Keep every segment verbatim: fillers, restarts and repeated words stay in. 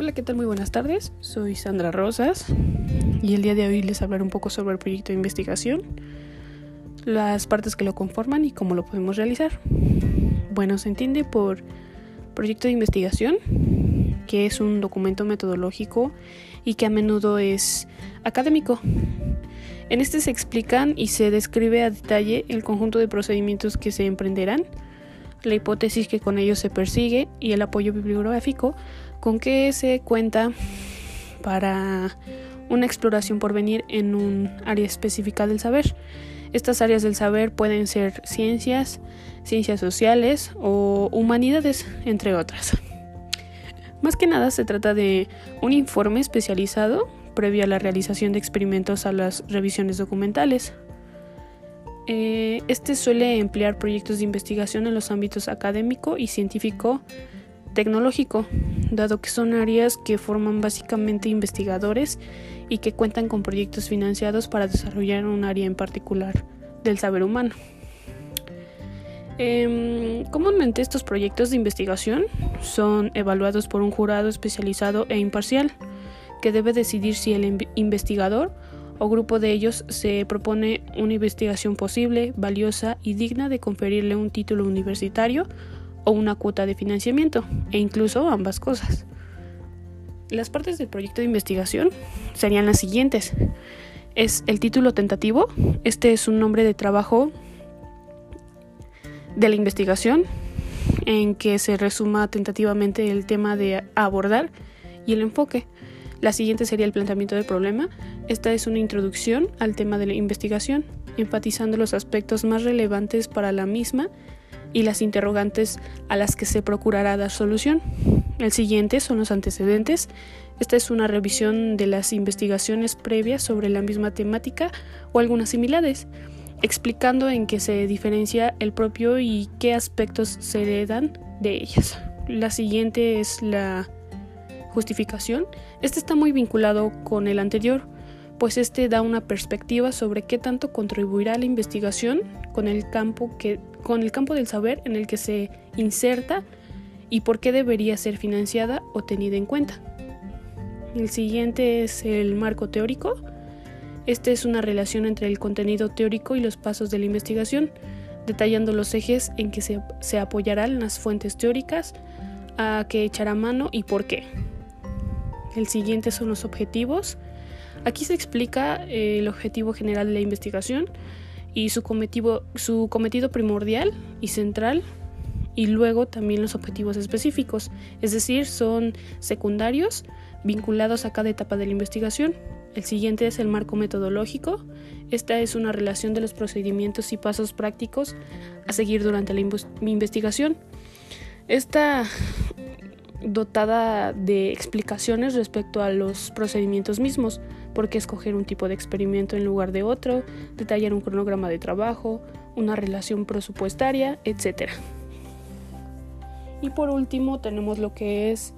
Hola, ¿qué tal? Muy buenas tardes. Soy Sandra Rosas y el día de hoy les hablaré un poco sobre el proyecto de investigación, las partes que lo conforman y cómo lo podemos realizar. Bueno, se entiende por proyecto de investigación que es un documento metodológico y que a menudo es académico. En este se explican y se describe a detalle el conjunto de procedimientos que se emprenderán, la hipótesis que con ellos se persigue y el apoyo bibliográfico con que se cuenta para una exploración por venir en un área específica del saber. Estas áreas del saber pueden ser ciencias, ciencias sociales o humanidades, entre otras. Más que nada se trata de un informe especializado previo a la realización de experimentos a las revisiones documentales. Eh, este suele emplear proyectos de investigación en los ámbitos académico y científico tecnológico, dado que son áreas que forman básicamente investigadores y que cuentan con proyectos financiados para desarrollar un área en particular del saber humano. Eh, comúnmente estos proyectos de investigación son evaluados por un jurado especializado e imparcial, que debe decidir si el investigador o grupo de ellos se propone una investigación posible, valiosa y digna de conferirle un título universitario o una cuota de financiamiento, e incluso ambas cosas. Las partes del proyecto de investigación serían las siguientes. Es el título tentativo. Este es un nombre de trabajo de la investigación en que se resuma tentativamente el tema de abordar y el enfoque. La siguiente sería el planteamiento del problema. Esta es una introducción al tema de la investigación, enfatizando los aspectos más relevantes para la misma y las interrogantes a las que se procurará dar solución. El siguiente son los antecedentes. Esta es una revisión de las investigaciones previas sobre la misma temática o algunas similares, explicando en qué se diferencia el propio y qué aspectos se heredan de ellas. La siguiente es la justificación. Este está muy vinculado con el anterior, pues este da una perspectiva sobre qué tanto contribuirá la investigación con el campo que, con el campo del saber en el que se inserta y por qué debería ser financiada o tenida en cuenta. El siguiente es el marco teórico. Este es una relación entre el contenido teórico y los pasos de la investigación, detallando los ejes en que se, se apoyarán las fuentes teóricas, a qué echará mano y por qué. El siguiente son los objetivos. Aquí se explica eh, el objetivo general de la investigación y su cometido, su cometido primordial y central, y luego también los objetivos específicos, es decir, son secundarios vinculados a cada etapa de la investigación. El siguiente es el marco metodológico. Esta es una relación de los procedimientos y pasos prácticos a seguir durante la investigación. Esta dotada de explicaciones respecto a los procedimientos mismos, por qué escoger un tipo de experimento en lugar de otro, detallar un cronograma de trabajo, una relación presupuestaria, etcétera. Y por último tenemos lo que es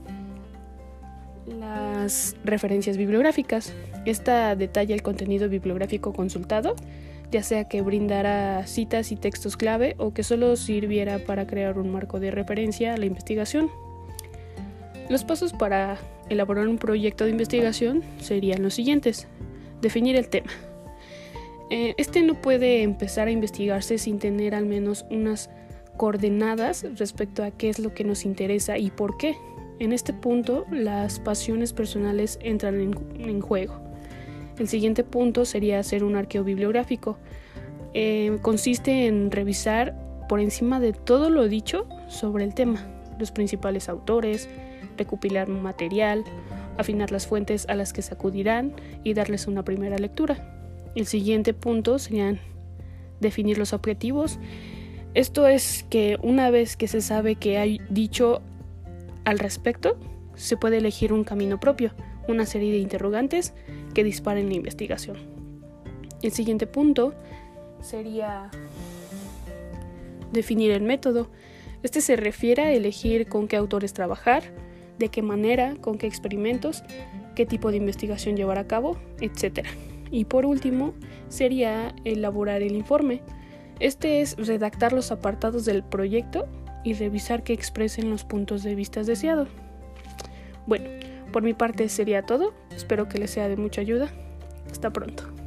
las referencias bibliográficas. Esta detalla el contenido bibliográfico consultado, ya sea que brindara citas y textos clave o que solo sirviera para crear un marco de referencia a la investigación. Los pasos para elaborar un proyecto de investigación serían los siguientes. Definir el tema. Eh, este no puede empezar a investigarse sin tener al menos unas coordenadas respecto a qué es lo que nos interesa y por qué. En este punto, las pasiones personales entran en, en juego. El siguiente punto sería hacer un arqueo bibliográfico. Eh, consiste en revisar por encima de todo lo dicho sobre el tema, los principales autores, recopilar material, afinar las fuentes a las que se acudirán y darles una primera lectura. El siguiente punto sería definir los objetivos. Esto es que una vez que se sabe que hay dicho al respecto, se puede elegir un camino propio, una serie de interrogantes que disparen la investigación. El siguiente punto sería definir el método. Este se refiere a elegir con qué autores trabajar, de qué manera, con qué experimentos, qué tipo de investigación llevar a cabo, etcétera. Y por último, sería elaborar el informe. Este es redactar los apartados del proyecto y revisar que expresen los puntos de vista deseados. Bueno, Por mi parte sería todo. Espero que les sea de mucha ayuda. Hasta pronto.